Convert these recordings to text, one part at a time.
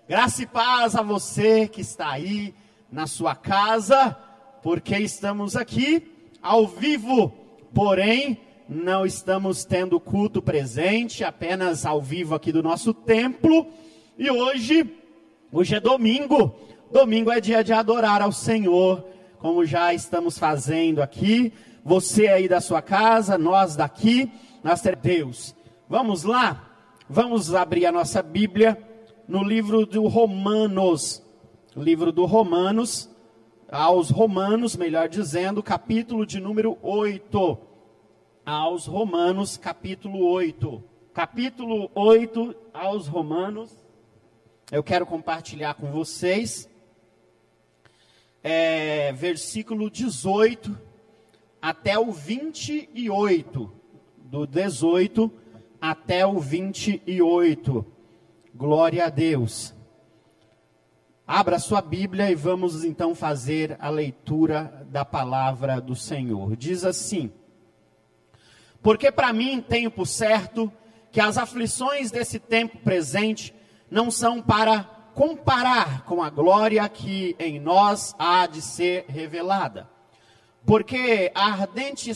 Graça e paz a você que está aí na sua casa, porque estamos aqui ao vivo, porém não estamos tendo culto presente, apenas ao vivo aqui do nosso templo. E hoje é domingo é dia de adorar ao Senhor, como já estamos fazendo aqui, você aí da sua casa, nós daqui, nós temos Deus. Vamos lá? Vamos abrir a nossa Bíblia no livro do Romanos, aos Romanos, melhor dizendo, capítulo de número 8, aos Romanos, capítulo 8, aos Romanos, eu quero compartilhar com vocês, versículo 18 até o 28, do 18 até o 28, glória a Deus. Abra sua Bíblia e vamos então fazer a leitura da palavra do Senhor. Diz assim: porque para mim tenho por certo que as aflições desse tempo presente não são para comparar com a glória que em nós há de ser revelada. Porque a ardente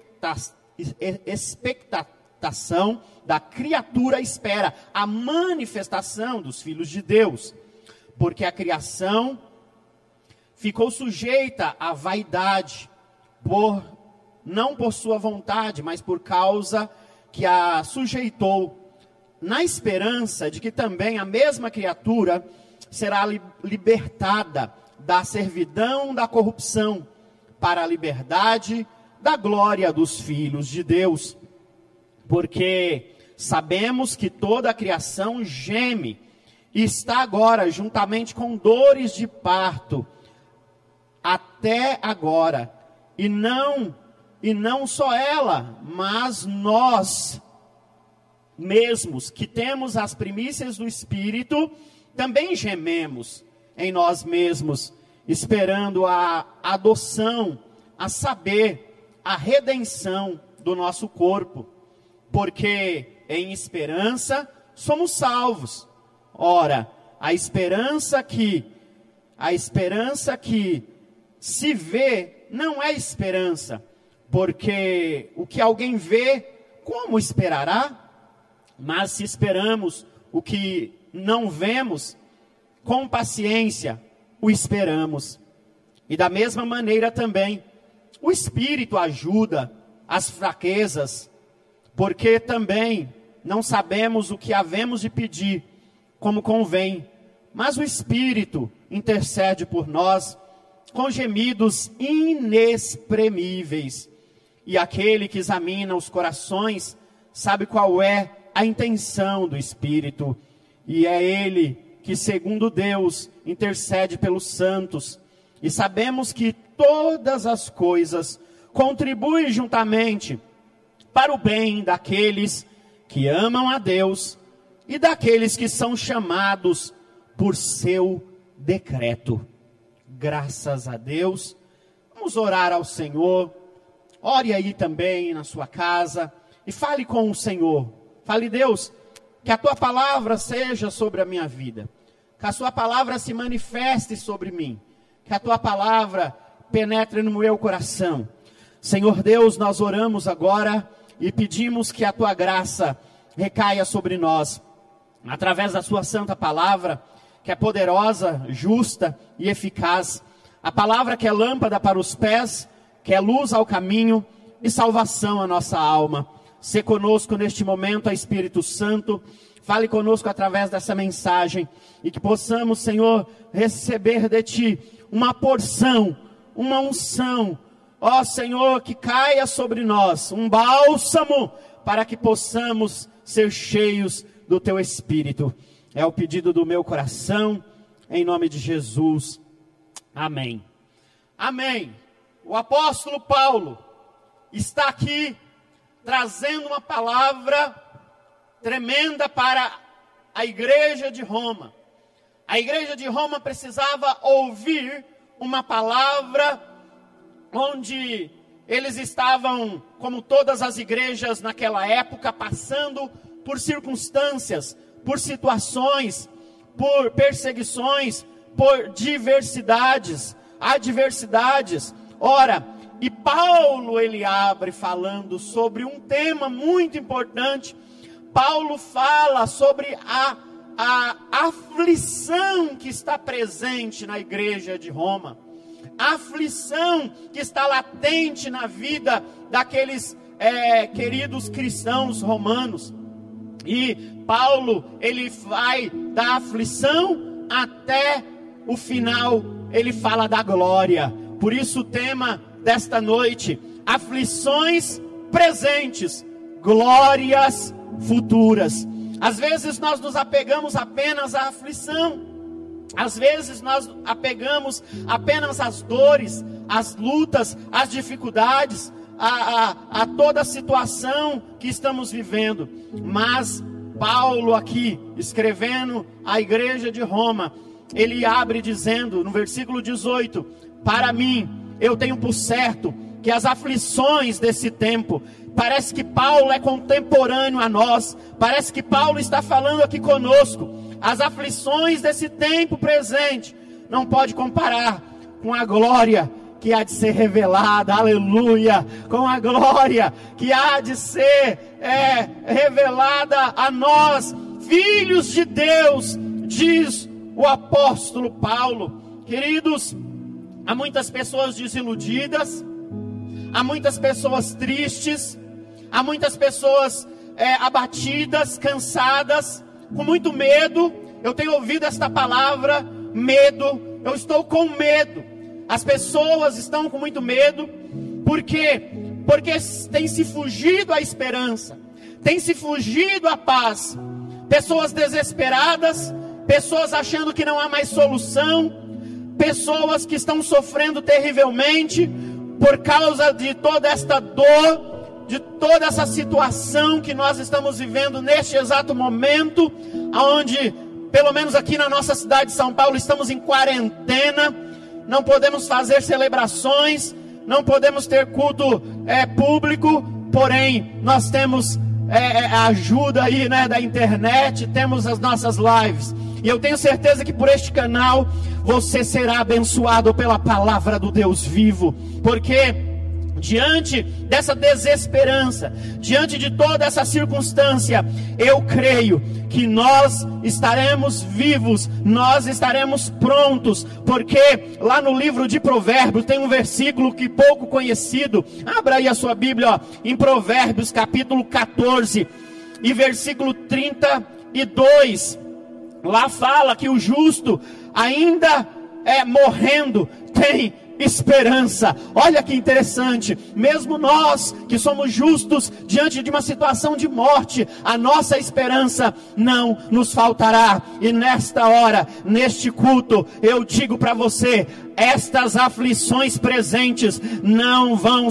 expectação da criatura espera a manifestação dos filhos de Deus. Porque a criação ficou sujeita à vaidade, não por sua vontade, mas por causa que a sujeitou, na esperança de que também a mesma criatura será libertada da servidão da corrupção, para a liberdade da glória dos filhos de Deus. Porque sabemos que toda a criação geme, e está agora juntamente com dores de parto, até agora, e não só ela, mas nós mesmos, que temos as primícias do Espírito, também gememos em nós mesmos, esperando a adoção, a saber, a redenção do nosso corpo, porque em esperança somos salvos. Ora, a esperança que se vê não é esperança, porque o que alguém vê, como esperará? Mas se esperamos o que não vemos, com paciência o esperamos. E da mesma maneira também, o Espírito ajuda as fraquezas, porque também não sabemos o que havemos de pedir, como convém, mas o Espírito intercede por nós com gemidos inexprimíveis. E aquele que examina os corações sabe qual é a intenção do Espírito, e é Ele que, segundo Deus, intercede pelos santos. E sabemos que todas as coisas contribuem juntamente para o bem daqueles que amam a Deus e daqueles que são chamados por seu decreto. Graças a Deus. Vamos orar ao Senhor. Ore aí também na sua casa e fale com o Senhor. Fale: Deus, que a tua palavra seja sobre a minha vida, que a sua palavra se manifeste sobre mim, que a tua palavra penetre no meu coração. Senhor Deus, nós oramos agora e pedimos que a tua graça recaia sobre nós, através da sua santa palavra, que é poderosa, justa e eficaz. A palavra que é lâmpada para os pés, que é luz ao caminho e salvação à nossa alma. Sê conosco neste momento, Espírito Santo. Fale conosco através dessa mensagem e que possamos, Senhor, receber de Ti uma porção, uma unção. Ó Senhor, que caia sobre nós um bálsamo para que possamos ser cheios do Teu Espírito. É o pedido do meu coração, em nome de Jesus. Amém. Amém. O apóstolo Paulo está aqui trazendo uma palavra tremenda para a igreja de Roma. A igreja de Roma precisava ouvir uma palavra onde eles estavam, como todas as igrejas naquela época, passando por circunstâncias, por situações, por perseguições, por adversidades. Ora, e Paulo ele abre falando sobre um tema muito importante. Paulo fala sobre a aflição que está presente na igreja de Roma, a aflição que está latente na vida daqueles queridos cristãos romanos. E Paulo, ele vai da aflição até o final, ele fala da glória. Por isso o tema desta noite: aflições presentes, glórias futuras. Às vezes nós nos apegamos apenas à aflição, às vezes nós apegamos apenas às dores, às lutas, às dificuldades, a toda a situação que estamos vivendo. Mas Paulo aqui, escrevendo à igreja de Roma, ele abre dizendo no versículo 18: para mim, eu tenho por certo que as aflições desse tempo, parece que Paulo é contemporâneo a nós, parece que Paulo está falando aqui conosco. As aflições desse tempo presente não pode comparar com a glória que há de ser revelada, aleluia, com a glória que há de ser revelada a nós, filhos de Deus, diz o apóstolo Paulo. Queridos, há muitas pessoas desiludidas, há muitas pessoas tristes, há muitas pessoas abatidas, cansadas, com muito medo. Eu tenho ouvido esta palavra, medo. Eu estou com medo. As pessoas estão com muito medo. Por quê? Porque tem se fugido a esperança, tem se fugido a paz. Pessoas desesperadas, pessoas achando que não há mais solução, pessoas que estão sofrendo terrivelmente por causa de toda esta dor, de toda essa situação que nós estamos vivendo neste exato momento, onde, pelo menos aqui na nossa cidade de São Paulo, estamos em quarentena, não podemos fazer celebrações, não podemos ter culto público, porém, nós temos a ajuda aí, da internet, temos as nossas lives, e eu tenho certeza que por este canal, você será abençoado pela palavra do Deus vivo, porque diante dessa desesperança, diante de toda essa circunstância, eu creio que nós estaremos vivos, nós estaremos prontos, porque lá no livro de Provérbios tem um versículo que pouco conhecido. Abra aí a sua Bíblia, em Provérbios capítulo 14 e versículo 32, lá fala que o justo ainda morrendo tem esperança. Olha que interessante, mesmo nós que somos justos diante de uma situação de morte, a nossa esperança não nos faltará. E nesta hora, neste culto, eu digo para você, estas aflições presentes não vão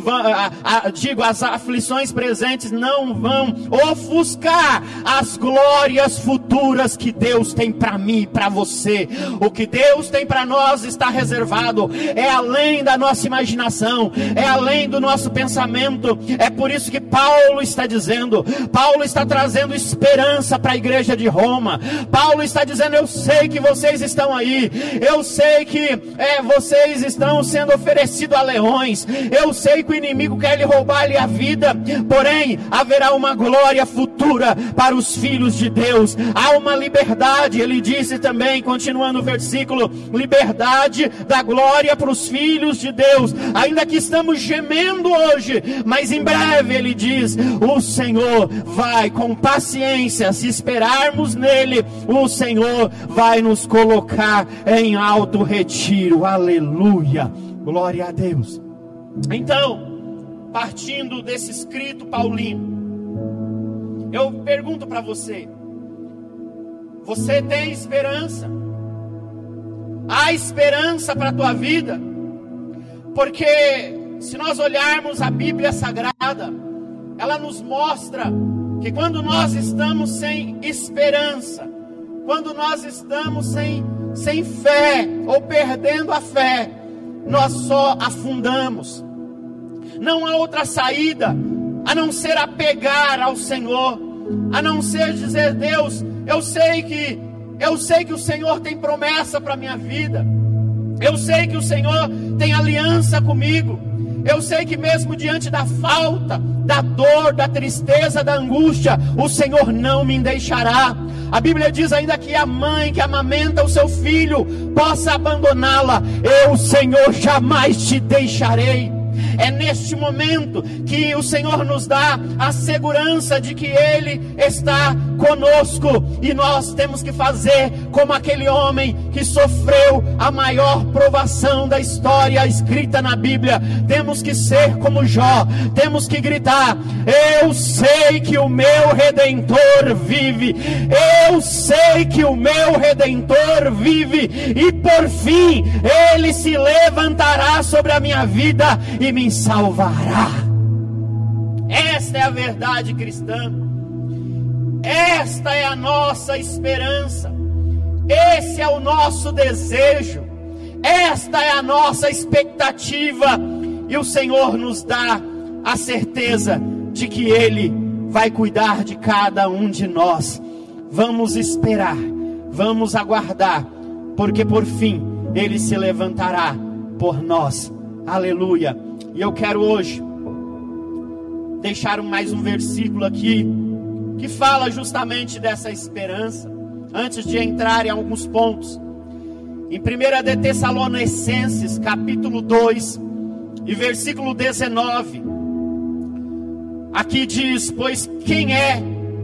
as aflições presentes não vão ofuscar as glórias futuras que Deus tem para mim e para você. O que Deus tem para nós está reservado, é além da nossa imaginação, é além do nosso pensamento. É por isso que Paulo está dizendo, Paulo está trazendo esperança para a igreja de Roma. Paulo está dizendo, eu sei que vocês estão aí, eu sei que vocês estão sendo oferecidos a leões, eu sei que o inimigo quer lhe roubar-lhe a vida, porém haverá uma glória futura para os filhos de Deus. Há uma liberdade, ele disse também, continuando o versículo, liberdade da glória para os filhos de Deus, ainda que estamos gemendo hoje, mas em breve, ele diz, o Senhor vai com paciência, se esperarmos nele, o Senhor vai nos colocar em alto retiro. Aleluia, glória a Deus. Então, partindo desse escrito paulino, eu pergunto para você, você tem esperança? Há esperança para a tua vida? Porque se nós olharmos a Bíblia Sagrada, ela nos mostra que quando nós estamos sem esperança, quando nós estamos sem fé, ou perdendo a fé, nós só afundamos. Não há outra saída, a não ser apegar ao Senhor, a não ser dizer, Deus, eu sei que Eu sei que o Senhor tem promessa para a minha vida. Eu sei que o Senhor tem aliança comigo. Eu sei que mesmo diante da falta, da dor, da tristeza, da angústia, o Senhor não me deixará. A Bíblia diz ainda que a mãe que amamenta o seu filho possa abandoná-la. Eu, Senhor, jamais te deixarei. É neste momento que o Senhor nos dá a segurança de que Ele está conosco. E nós temos que fazer como aquele homem que sofreu a maior provação da história escrita na Bíblia. Temos que ser como Jó. Temos que gritar: eu sei que o meu Redentor vive. Eu sei que o meu Redentor vive. E por fim, Ele se levantará sobre a minha vida e me salvará. Esta é a verdade cristã. Esta é a nossa esperança. Esse é o nosso desejo. Esta é a nossa expectativa. E o Senhor nos dá a certeza de que Ele vai cuidar de cada um de nós. Vamos esperar, vamos aguardar, porque por fim Ele se levantará por nós. Aleluia. E eu quero hoje deixar mais um versículo aqui que fala justamente dessa esperança, antes de entrar em alguns pontos. Em 1 de Tessalonicenses, capítulo 2, e versículo 19, aqui diz: Pois quem é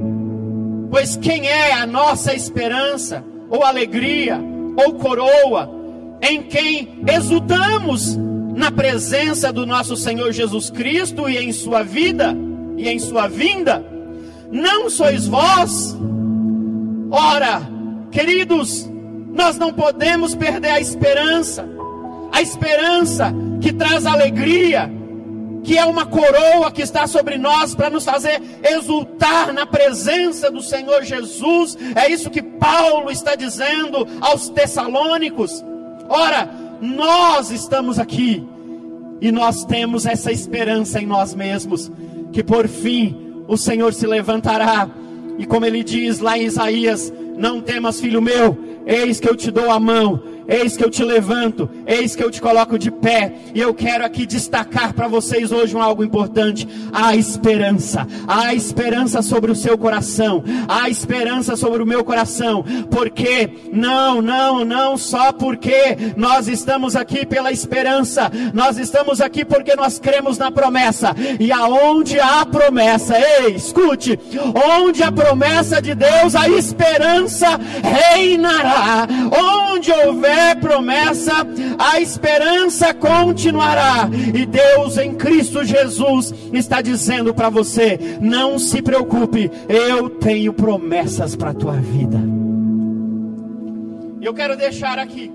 a nossa esperança, ou alegria, ou coroa, em quem exultamos na presença do nosso Senhor Jesus Cristo e em sua vida e em sua vinda? Não sois vós? Ora, queridos, nós não podemos perder a esperança que traz alegria, que é uma coroa que está sobre nós para nos fazer exultar na presença do Senhor Jesus. É isso que Paulo está dizendo aos Tessalônicos. Ora, nós estamos aqui e nós temos essa esperança em nós mesmos, que por fim o Senhor se levantará. E como ele diz lá em Isaías: não temas, filho meu, eis que eu te dou a mão, eis que eu te levanto, eis que eu te coloco de pé. E eu quero aqui destacar para vocês hoje algo importante: a esperança sobre o seu coração, a esperança sobre o meu coração. Porque não só porque nós estamos aqui pela esperança, nós estamos aqui porque nós cremos na promessa. E aonde há promessa, escute, onde a promessa de Deus, a esperança reinará. Onde houver promessa, a esperança continuará. E Deus em Cristo Jesus está dizendo para você: não se preocupe, eu tenho promessas para a tua vida. Eu quero deixar aqui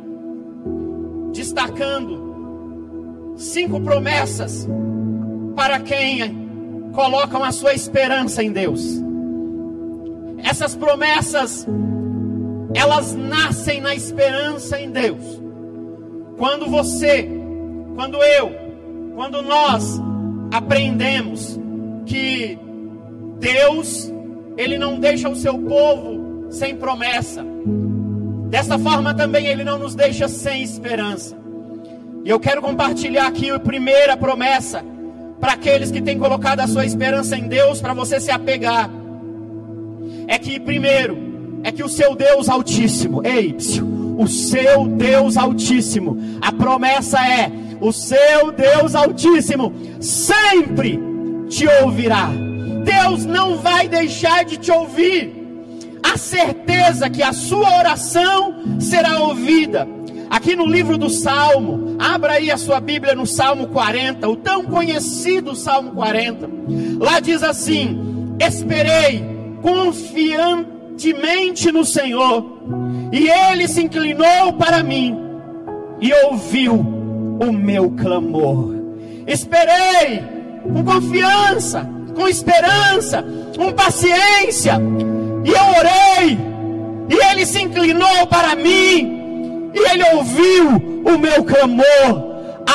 destacando 5 promessas para quem colocam a sua esperança em Deus. Essas promessas, elas nascem na esperança em Deus. Quando você, quando eu, quando nós aprendemos que Deus, Ele não deixa o seu povo sem promessa, desta forma também Ele não nos deixa sem esperança. E eu quero compartilhar aqui a primeira promessa para aqueles que têm colocado a sua esperança em Deus, para você se apegar. É que primeiro, é que o seu Deus Altíssimo, o seu Deus Altíssimo, a promessa é: o seu Deus Altíssimo sempre te ouvirá. Deus não vai deixar de te ouvir. A certeza que a sua oração será ouvida. Aqui no livro do Salmo, abra aí a sua Bíblia no Salmo 40, o tão conhecido Salmo 40. Lá diz assim: esperei confiantemente no Senhor, e Ele se inclinou para mim e ouviu o meu clamor. Esperei com confiança, com esperança, com paciência, e eu orei, e Ele se inclinou para mim, e Ele ouviu o meu clamor.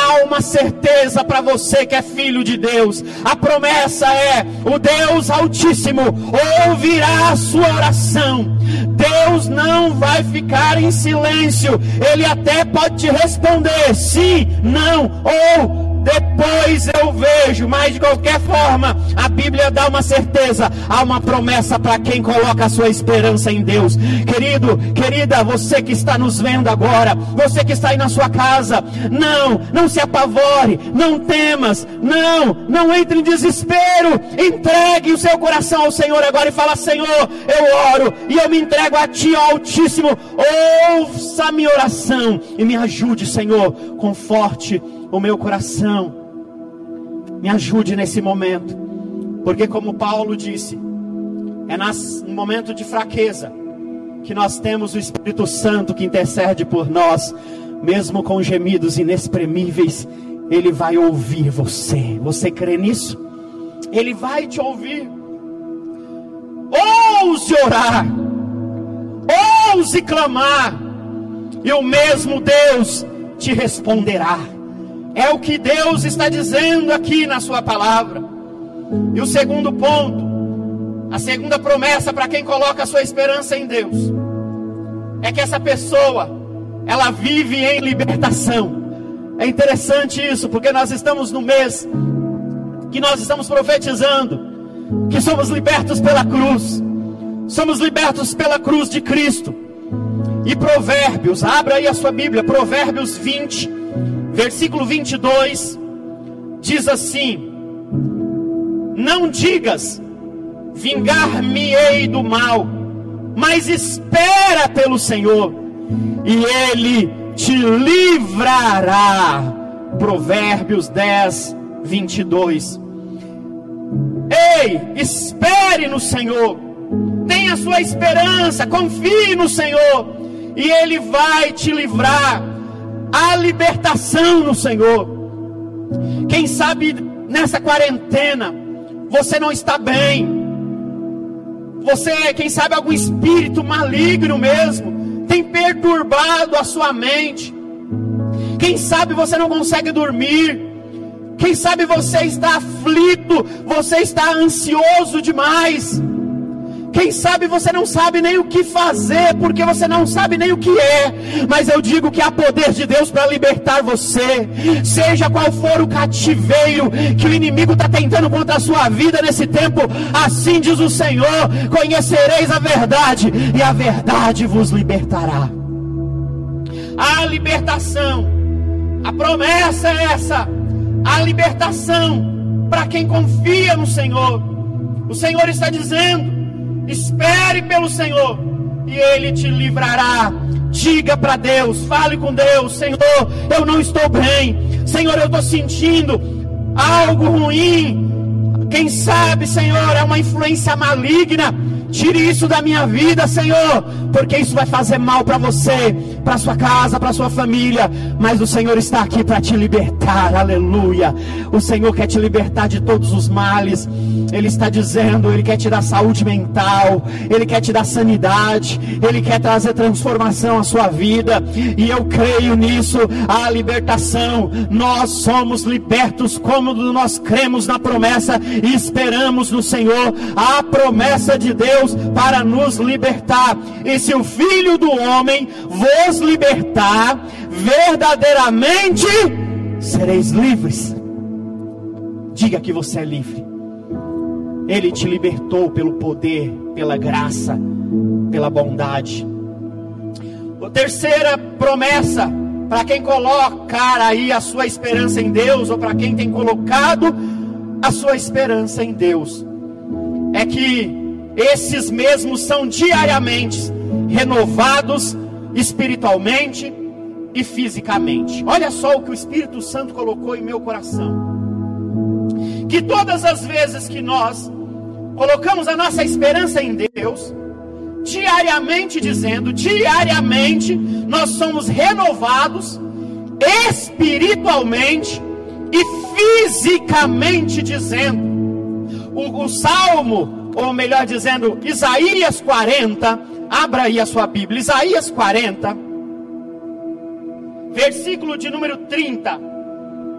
há uma certeza para você que é filho de Deus. A promessa é: o Deus Altíssimo ouvirá a sua oração. Deus não vai ficar em silêncio. Ele até pode te responder sim, não ou depois eu vejo, mas de qualquer forma, a Bíblia dá uma certeza, há uma promessa para quem coloca a sua esperança em Deus. Querido, querida, você que está nos vendo agora, você que está aí na sua casa, não se apavore, não temas, não entre em desespero, entregue o seu coração ao Senhor agora e fala: Senhor, eu oro e eu me entrego a Ti, ó Altíssimo, ouça a minha oração e me ajude, Senhor, conforte o meu coração, me ajude nesse momento, porque como Paulo disse, é no momento de fraqueza que nós temos o Espírito Santo que intercede por nós, mesmo com gemidos inexprimíveis. Ele vai ouvir você crê nisso? Ele vai te ouvir. Ouse orar, ouse clamar, e o mesmo Deus te responderá. É o que Deus está dizendo aqui na sua palavra. E o segundo ponto, a segunda promessa para quem coloca a sua esperança em Deus, é que essa pessoa, ela vive em libertação. É interessante isso, porque nós estamos no mês que nós estamos profetizando que somos libertos pela cruz. Somos libertos pela cruz de Cristo. E Provérbios, abra aí a sua Bíblia, Provérbios 20, versículo 22, diz assim: não digas, vingar-me-ei do mal, mas espera pelo Senhor, e Ele te livrará. Provérbios 10, 22. Ei, espere no Senhor, tenha sua esperança, confie no Senhor, e Ele vai te livrar. A libertação no Senhor. Quem sabe nessa quarentena você não está bem. Quem sabe algum espírito maligno mesmo tem perturbado a sua mente. Quem sabe você não consegue dormir. Quem sabe você está aflito, você está ansioso demais. Quem sabe você não sabe nem o que fazer, porque você não sabe nem o que é. Mas eu digo que há poder de Deus para libertar você. Seja qual for o cativeiro que o inimigo está tentando contra a sua vida nesse tempo, assim diz o Senhor: conhecereis a verdade, e a verdade vos libertará. A libertação, a promessa é essa, a libertação para quem confia no Senhor. O Senhor está dizendo: espere pelo Senhor e Ele te livrará. Diga para Deus, fale com Deus: Senhor, eu não estou bem. Senhor, eu estou sentindo algo ruim. Quem sabe, Senhor, é uma influência maligna. Tire isso da minha vida, Senhor, porque isso vai fazer mal para você, para sua casa, para sua família. Mas o Senhor está aqui para te libertar, aleluia. O Senhor quer te libertar de todos os males. Ele está dizendo, Ele quer te dar saúde mental, Ele quer te dar sanidade, Ele quer trazer transformação à sua vida. E eu creio nisso, a libertação. Nós somos libertos como nós cremos na promessa e esperamos no Senhor. A promessa de Deus para nos libertar. E se o Filho do Homem vos libertar, verdadeiramente sereis livres. Diga que você é livre. Ele te libertou pelo poder, pela graça, pela bondade. A terceira promessa para quem colocar aí a sua esperança em Deus, ou para quem tem colocado a sua esperança em Deus, é que esses mesmos são diariamente renovados espiritualmente e fisicamente. Olha só o que o Espírito Santo colocou em meu coração: que todas as vezes que nós colocamos a nossa esperança em Deus, diariamente dizendo, diariamente nós somos renovados espiritualmente e fisicamente dizendo. O Salmo, ou melhor dizendo, Isaías 40, abra aí a sua Bíblia, Isaías 40, versículo de número 30,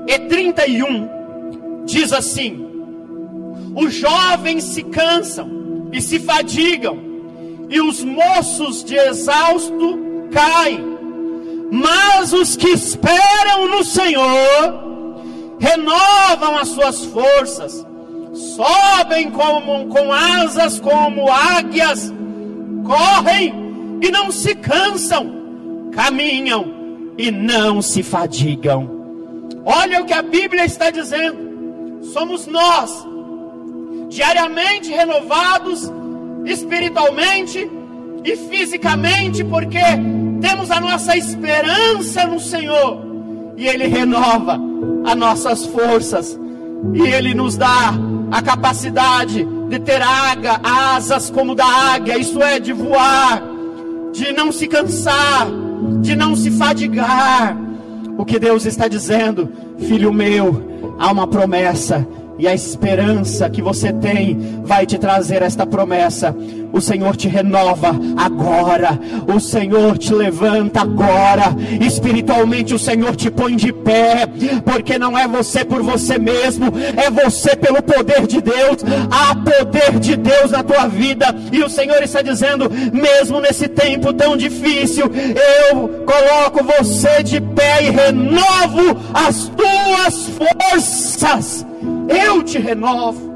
e 31, diz assim: os jovens se cansam e se fadigam, e os moços de exausto caem, mas os que esperam no Senhor renovam as suas forças, sobem com asas como águias, correm e não se cansam, caminham e não se fadigam. Olha o que a Bíblia está dizendo. Somos nós, diariamente renovados, espiritualmente e fisicamente, porque temos a nossa esperança no Senhor, e Ele renova as nossas forças, e Ele nos dá a capacidade de ter asas como da águia, isso é, de voar, de não se cansar, de não se fadigar. O que Deus está dizendo: filho meu, há uma promessa, e a esperança que você tem vai te trazer esta promessa. O Senhor te renova agora, o Senhor te levanta agora, espiritualmente o Senhor te põe de pé, porque não é você por você mesmo, é você pelo poder de Deus. Há poder de Deus na tua vida, e o Senhor está dizendo: mesmo nesse tempo tão difícil, eu coloco você de pé e renovo as tuas forças. Eu te renovo.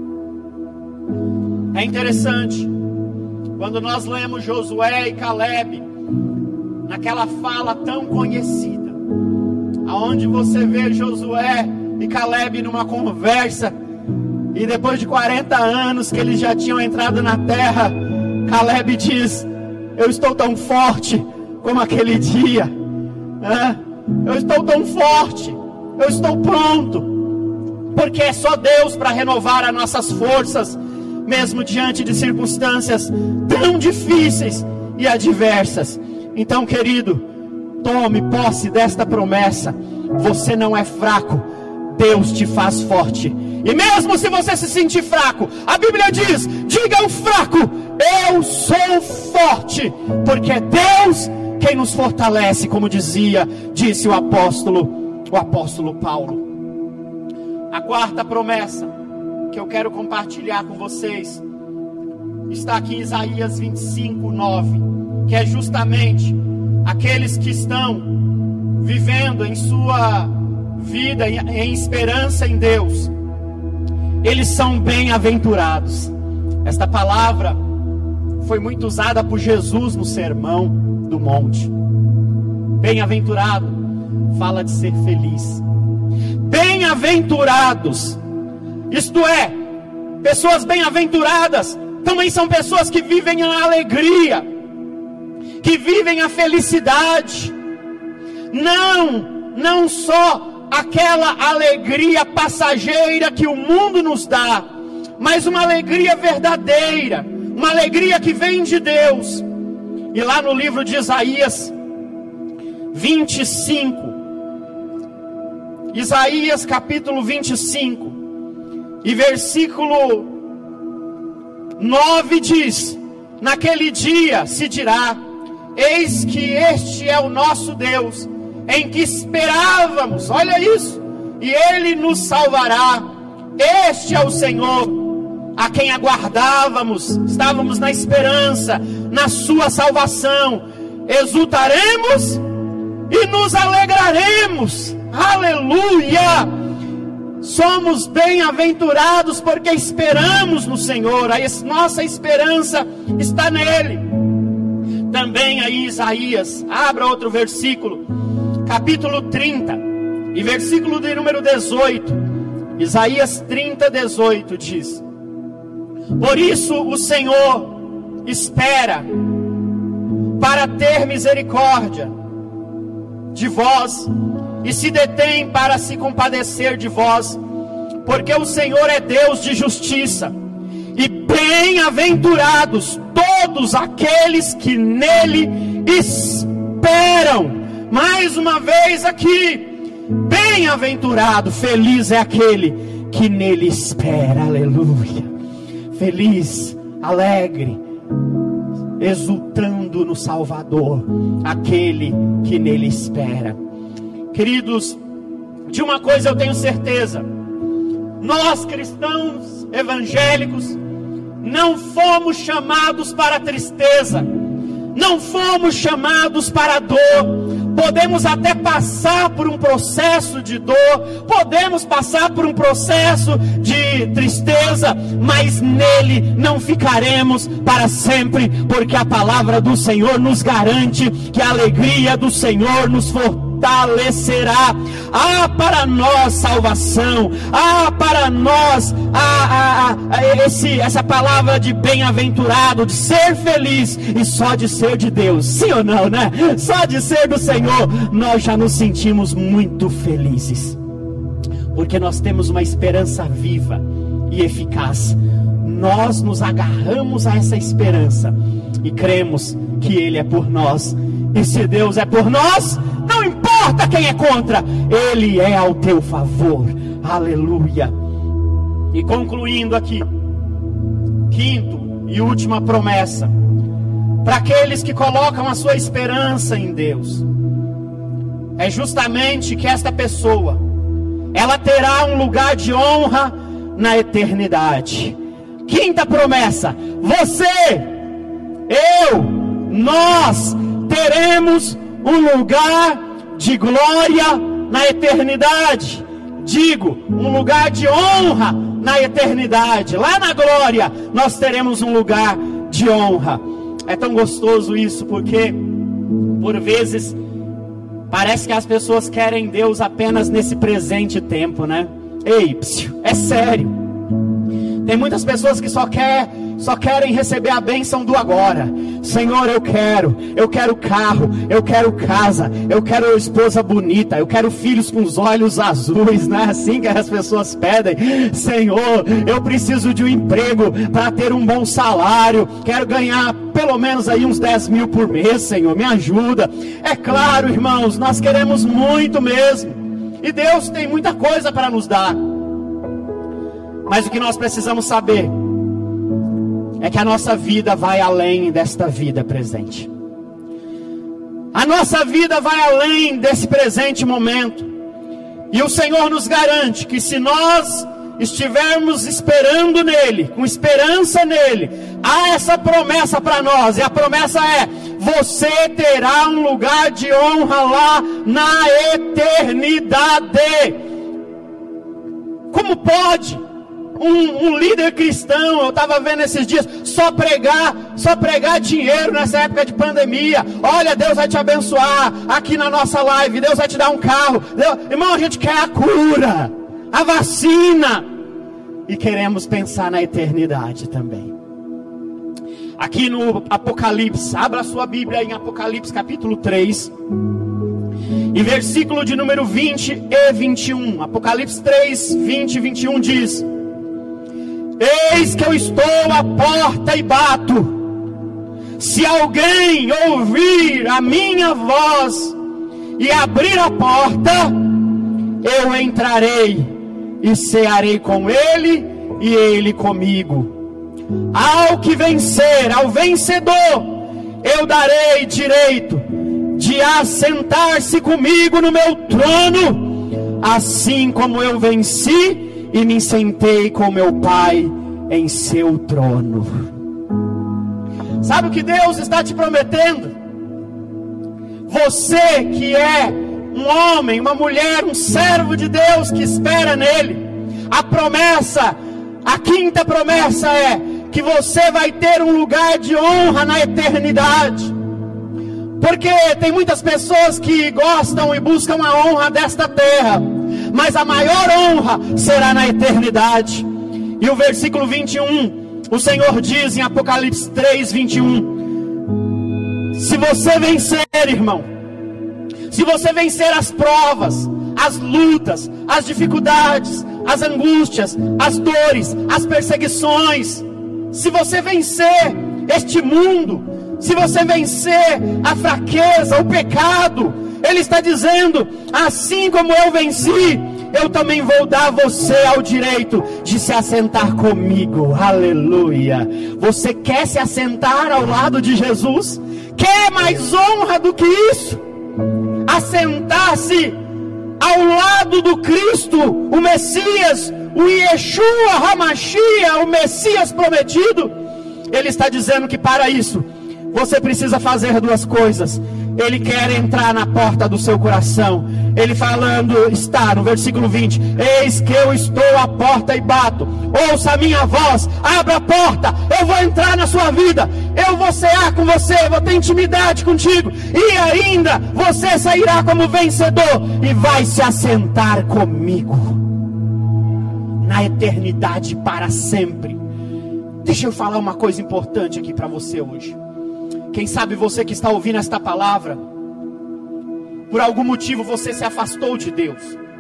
É interessante, quando nós lemos Josué e Caleb, naquela fala tão conhecida, aonde você vê Josué e Caleb numa conversa, e depois de 40 anos que eles já tinham entrado na terra, Caleb diz: eu estou tão forte como aquele dia, eu estou tão forte, eu estou pronto. Porque é só Deus para renovar as nossas forças, mesmo diante de circunstâncias tão difíceis e adversas. Então, querido, tome posse desta promessa. Você não é fraco, Deus te faz forte. E mesmo se você se sentir fraco, a Bíblia diz: diga ao fraco, eu sou forte, porque é Deus quem nos fortalece, como disse o apóstolo Paulo. A quarta promessa que eu quero compartilhar com vocês está aqui em Isaías 25:9, que é justamente aqueles que estão vivendo em sua vida em esperança em Deus, eles são bem-aventurados. Esta palavra foi muito usada por Jesus no Sermão do Monte. Bem-aventurado fala de ser feliz. Bem-aventurados, isto é, pessoas bem-aventuradas também são pessoas que vivem a alegria, que vivem a felicidade, não só aquela alegria passageira que o mundo nos dá, mas uma alegria verdadeira, uma alegria que vem de Deus. E lá no livro de Isaías 25, Isaías capítulo 25 e versículo 9 diz: naquele dia se dirá: eis que este é o nosso Deus, em que esperávamos, olha isso, e Ele nos salvará. Este é o Senhor, a quem aguardávamos, estávamos na esperança, na sua salvação. Exultaremos e nos alegraremos. Aleluia! Somos bem-aventurados porque esperamos no Senhor. A nossa esperança está nele. Também aí Isaías, abra outro versículo, capítulo 30 e versículo de número 18. Isaías 30, 18 diz: por isso o Senhor espera para ter misericórdia de vós, e se detém para se compadecer de vós, porque o Senhor é Deus de justiça, e bem-aventurados todos aqueles que nele esperam. Mais uma vez aqui, bem-aventurado, feliz é aquele que nele espera. Aleluia! Feliz, alegre, exultando no Salvador, aquele que nele espera. Queridos, De uma coisa eu tenho certeza: nós cristãos evangélicos não fomos chamados para a tristeza, não fomos chamados para a dor. Podemos até passar por um processo de dor, podemos passar por um processo de tristeza, mas nele não ficaremos para sempre, porque a palavra do Senhor nos garante que a alegria do Senhor nos fortalecerá. Há para nós salvação, há para nós essa palavra de bem-aventurado, de ser feliz, e só de ser de Deus, sim ou não, né? Só de ser do Senhor, nós já nos sentimos muito felizes, porque nós temos uma esperança viva e eficaz. Nós nos agarramos a essa esperança e cremos que Ele é por nós, e se Deus é por nós, não importa quem é contra, Ele é ao teu favor. Aleluia. E concluindo aqui, quinto e última promessa para aqueles que colocam a sua esperança em Deus, é justamente que esta pessoa, ela terá um lugar de honra na eternidade. Quinta promessa: você, eu, nós teremos um lugar de glória na eternidade. Digo, um lugar de honra na eternidade. Lá na glória nós teremos um lugar de honra. É tão gostoso isso, porque por vezes parece que as pessoas querem Deus apenas nesse presente tempo, né? Ei, é sério. Tem muitas pessoas que só querem receber a bênção do agora. Senhor, eu quero carro, eu quero casa, eu quero esposa bonita, eu quero filhos com os olhos azuis, não é assim que as pessoas pedem? Senhor, eu preciso de um emprego para ter um bom salário, quero ganhar pelo menos aí uns 10 mil por mês, Senhor, me ajuda. É claro, irmãos, nós queremos muito mesmo, e Deus tem muita coisa para nos dar, mas o que nós precisamos saber é que a nossa vida vai além desta vida presente. A nossa vida vai além desse presente momento. E o Senhor nos garante que se nós estivermos esperando nele, com esperança nele, há essa promessa para nós. E a promessa é: você terá um lugar de honra lá na eternidade. Como pode um líder cristão, eu estava vendo esses dias, só pregar dinheiro nessa época de pandemia? Olha, Deus vai te abençoar aqui na nossa live, Deus vai te dar um carro. Irmão, a gente quer a cura, a vacina, e queremos pensar na eternidade também. Aqui no Apocalipse, abra a sua Bíblia em Apocalipse capítulo 3, e versículo de número 20 e 21. Apocalipse 3, 20 e 21 diz: eis que eu estou à porta e bato. Se alguém ouvir a minha voz e abrir a porta, eu entrarei e cearei com ele e ele comigo. Ao que vencer, ao vencedor, eu darei direito de assentar-se comigo no meu trono, assim como eu venci e me sentei com meu Pai em seu trono. Sabe o que Deus está te prometendo? Você que é um homem, uma mulher, um servo de Deus que espera nele, a promessa, a quinta promessa é que você vai ter um lugar de honra na eternidade. Porque tem muitas pessoas que gostam e buscam a honra desta terra, mas a maior honra será na eternidade. E o versículo 21, o Senhor diz em Apocalipse 3, 21, se você vencer, irmão, se você vencer as provas, as lutas, as dificuldades, as angústias, as dores, as perseguições, se você vencer este mundo, se você vencer a fraqueza, o pecado, Ele está dizendo: assim como eu venci, eu também vou dar a você ao direito de se assentar comigo. Aleluia. Você quer se assentar ao lado de Jesus? Quer mais honra do que isso? Assentar-se ao lado do Cristo, o Messias, o Yeshua HaMashiach, o Messias prometido, Ele está dizendo que para isso, você precisa fazer duas coisas. Ele quer entrar na porta do seu coração. Ele falando, está no versículo 20: eis que eu estou à porta e bato. Ouça a minha voz, abra a porta, eu vou entrar na sua vida, eu vou cear com você, vou ter intimidade contigo, e ainda você sairá como vencedor e vai se assentar comigo na eternidade para sempre. Deixa eu falar uma coisa importante aqui para você hoje. Quem sabe você que está ouvindo esta palavra, por algum motivo você se afastou de Deus.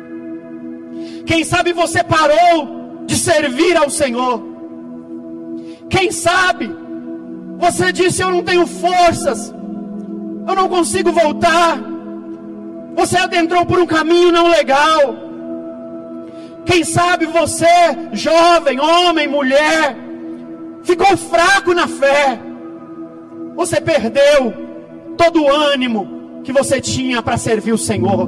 Quem sabe você parou de servir ao Senhor. Quem sabe você disse: eu não tenho forças, eu não consigo voltar. Você adentrou por um caminho não legal. Quem sabe você, jovem, homem, mulher, ficou fraco na fé. Você perdeu todo o ânimo que você tinha para servir o Senhor.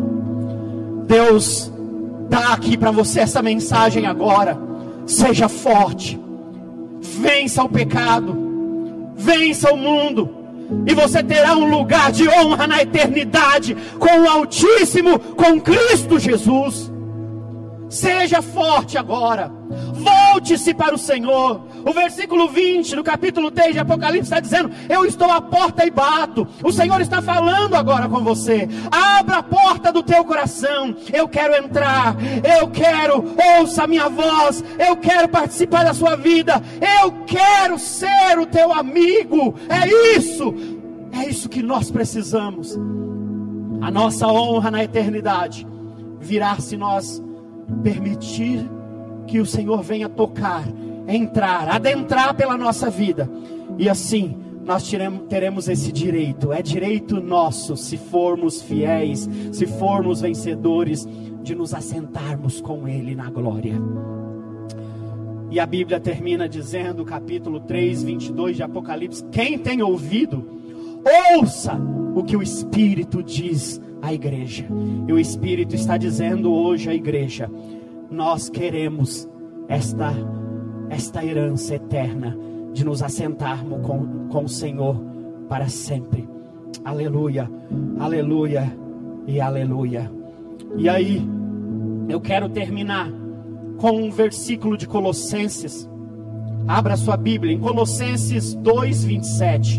Deus dá aqui para você essa mensagem agora. Seja forte, vença o pecado, vença o mundo, e você terá um lugar de honra na eternidade com o Altíssimo, com Cristo Jesus. Seja forte agora, volte-se para o Senhor. O versículo 20 do capítulo 3 de Apocalipse está dizendo: eu estou à porta e bato. O Senhor está falando agora com você. Abra a porta do teu coração. Eu quero entrar, eu quero, ouça a minha voz, eu quero participar da sua vida, eu quero ser o teu amigo. É isso que nós precisamos. A nossa honra na eternidade virá se nós permitir que o Senhor venha tocar, entrar, adentrar pela nossa vida. E assim nós teremos esse direito. É direito nosso, se formos fiéis, se formos vencedores, de nos assentarmos com Ele na glória. E a Bíblia termina dizendo, capítulo 3, 22 de Apocalipse: quem tem ouvido, ouça o que o Espírito diz à igreja. E o Espírito está dizendo hoje à igreja: nós queremos esta herança eterna, de nos assentarmos com o Senhor para sempre. Aleluia, aleluia e aleluia. E aí, eu quero terminar com um versículo de Colossenses. Abra sua Bíblia em Colossenses 2:27.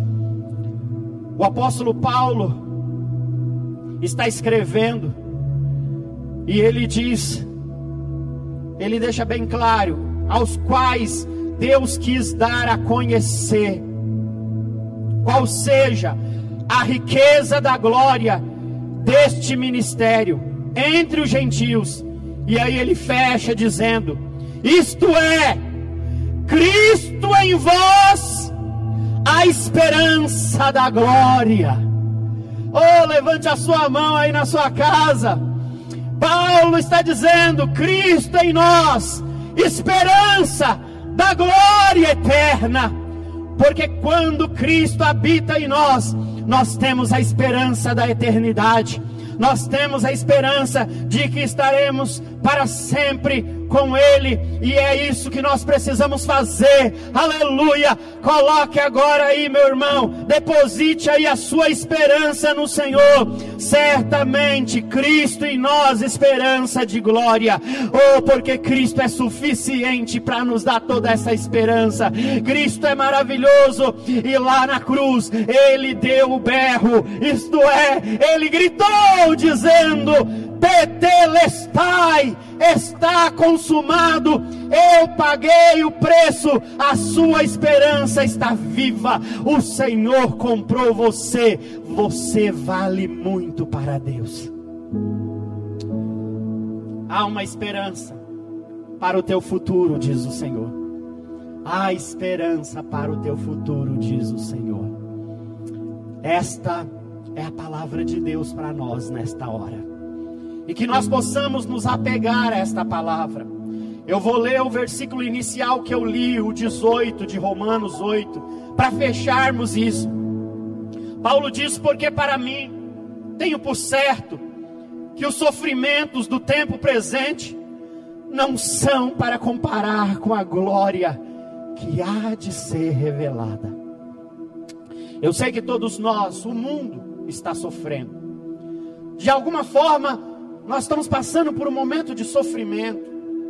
O apóstolo Paulo está escrevendo, e ele diz, ele deixa bem claro: aos quais Deus quis dar a conhecer qual seja a riqueza da glória deste ministério entre os gentios. E aí ele fecha dizendo: isto é, Cristo em vós, a esperança da glória. Oh, levante a sua mão aí na sua casa. Paulo está dizendo: Cristo em nós, esperança da glória eterna. Porque quando Cristo habita em nós, nós temos a esperança da eternidade. Nós temos a esperança de que estaremos para sempre com Ele. E é isso que nós precisamos fazer. Aleluia. Coloque agora aí, meu irmão, deposite aí a sua esperança no Senhor. Certamente Cristo em nós, esperança de glória. Oh, porque Cristo é suficiente para nos dar toda essa esperança. Cristo é maravilhoso. E lá na cruz Ele deu o berro, isto é, Ele gritou dizendo: Tetelestai, está consumado, eu paguei o preço, a sua esperança está viva, o Senhor comprou você, você vale muito para Deus. Há uma esperança para o teu futuro, diz o Senhor. Há esperança para o teu futuro, diz o Senhor. Esta é a palavra de Deus para nós nesta hora. E que nós possamos nos apegar a esta palavra. Eu vou ler o versículo inicial que eu li, o 18 de Romanos 8, para fecharmos isso. Paulo diz: porque para mim tenho por certo que os sofrimentos do tempo presente não são para comparar com a glória que há de ser revelada. Eu sei que todos nós, o mundo está sofrendo. De alguma forma, nós estamos passando por um momento de sofrimento,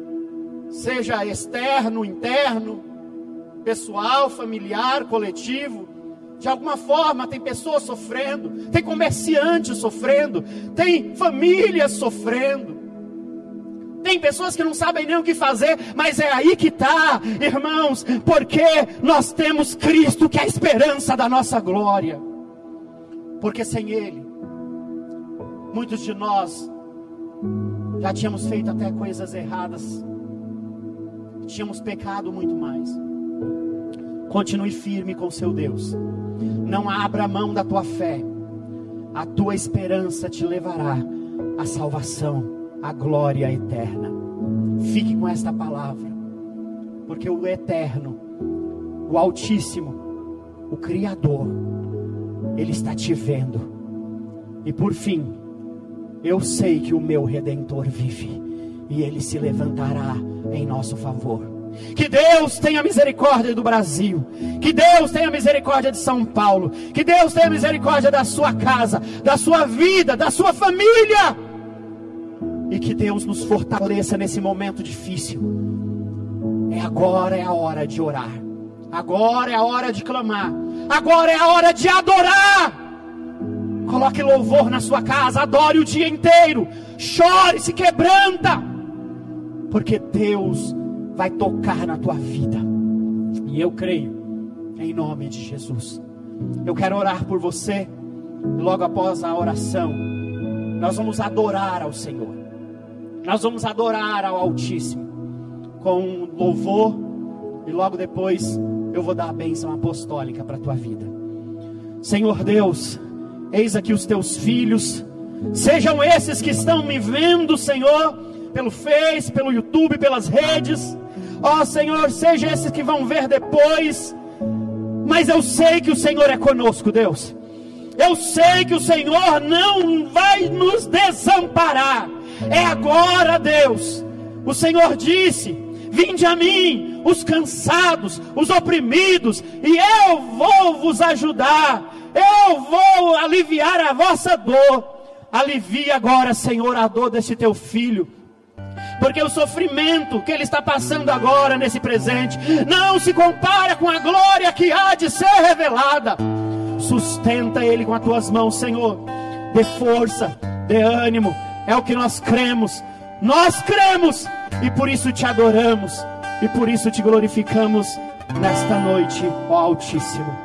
seja externo, interno, pessoal, familiar, coletivo. De alguma forma tem pessoas sofrendo, tem comerciantes sofrendo, tem famílias sofrendo, tem pessoas que não sabem nem o que fazer, mas é aí que está, irmãos, porque nós temos Cristo, que é a esperança da nossa glória. Porque sem Ele, muitos de nós já tínhamos feito até coisas erradas, tínhamos pecado muito mais. Continue firme com seu Deus, não abra mão da tua fé, a tua esperança te levará à salvação, à glória eterna. Fique com esta palavra, porque o Eterno, o Altíssimo, o Criador, Ele está te vendo. E por fim, eu sei que o meu Redentor vive, e Ele se levantará em nosso favor. Que Deus tenha misericórdia do Brasil, que Deus tenha misericórdia de São Paulo, que Deus tenha misericórdia da sua casa, da sua vida, da sua família, e que Deus nos fortaleça nesse momento difícil. Agora é a hora de orar, agora é a hora de clamar, agora é a hora de adorar. Coloque louvor na sua casa, adore o dia inteiro, chore, se quebranta, porque Deus vai tocar na tua vida. E eu creio, em nome de Jesus. Eu quero orar por você. Logo após a oração, nós vamos adorar ao Senhor, nós vamos adorar ao Altíssimo com louvor, e logo depois eu vou dar a bênção apostólica para a tua vida. Senhor Deus, eis aqui os teus filhos, sejam esses que estão me vendo, Senhor, pelo Face, pelo YouTube, pelas redes. Ó Senhor, seja esses que vão ver depois, mas eu sei que o Senhor é conosco, Deus. Eu sei que o Senhor não vai nos desamparar. É agora, Deus. O Senhor disse: vinde a mim, os cansados, os oprimidos, e eu vou vos ajudar. Eu vou aliviar a vossa dor. Alivie agora, Senhor, a dor desse teu filho, porque o sofrimento que ele está passando agora nesse presente não se compara com a glória que há de ser revelada. Sustenta ele com as tuas mãos, Senhor. Dê força, dê ânimo. É o que nós cremos. Nós cremos, e por isso te adoramos, e por isso te glorificamos nesta noite, ó Altíssimo.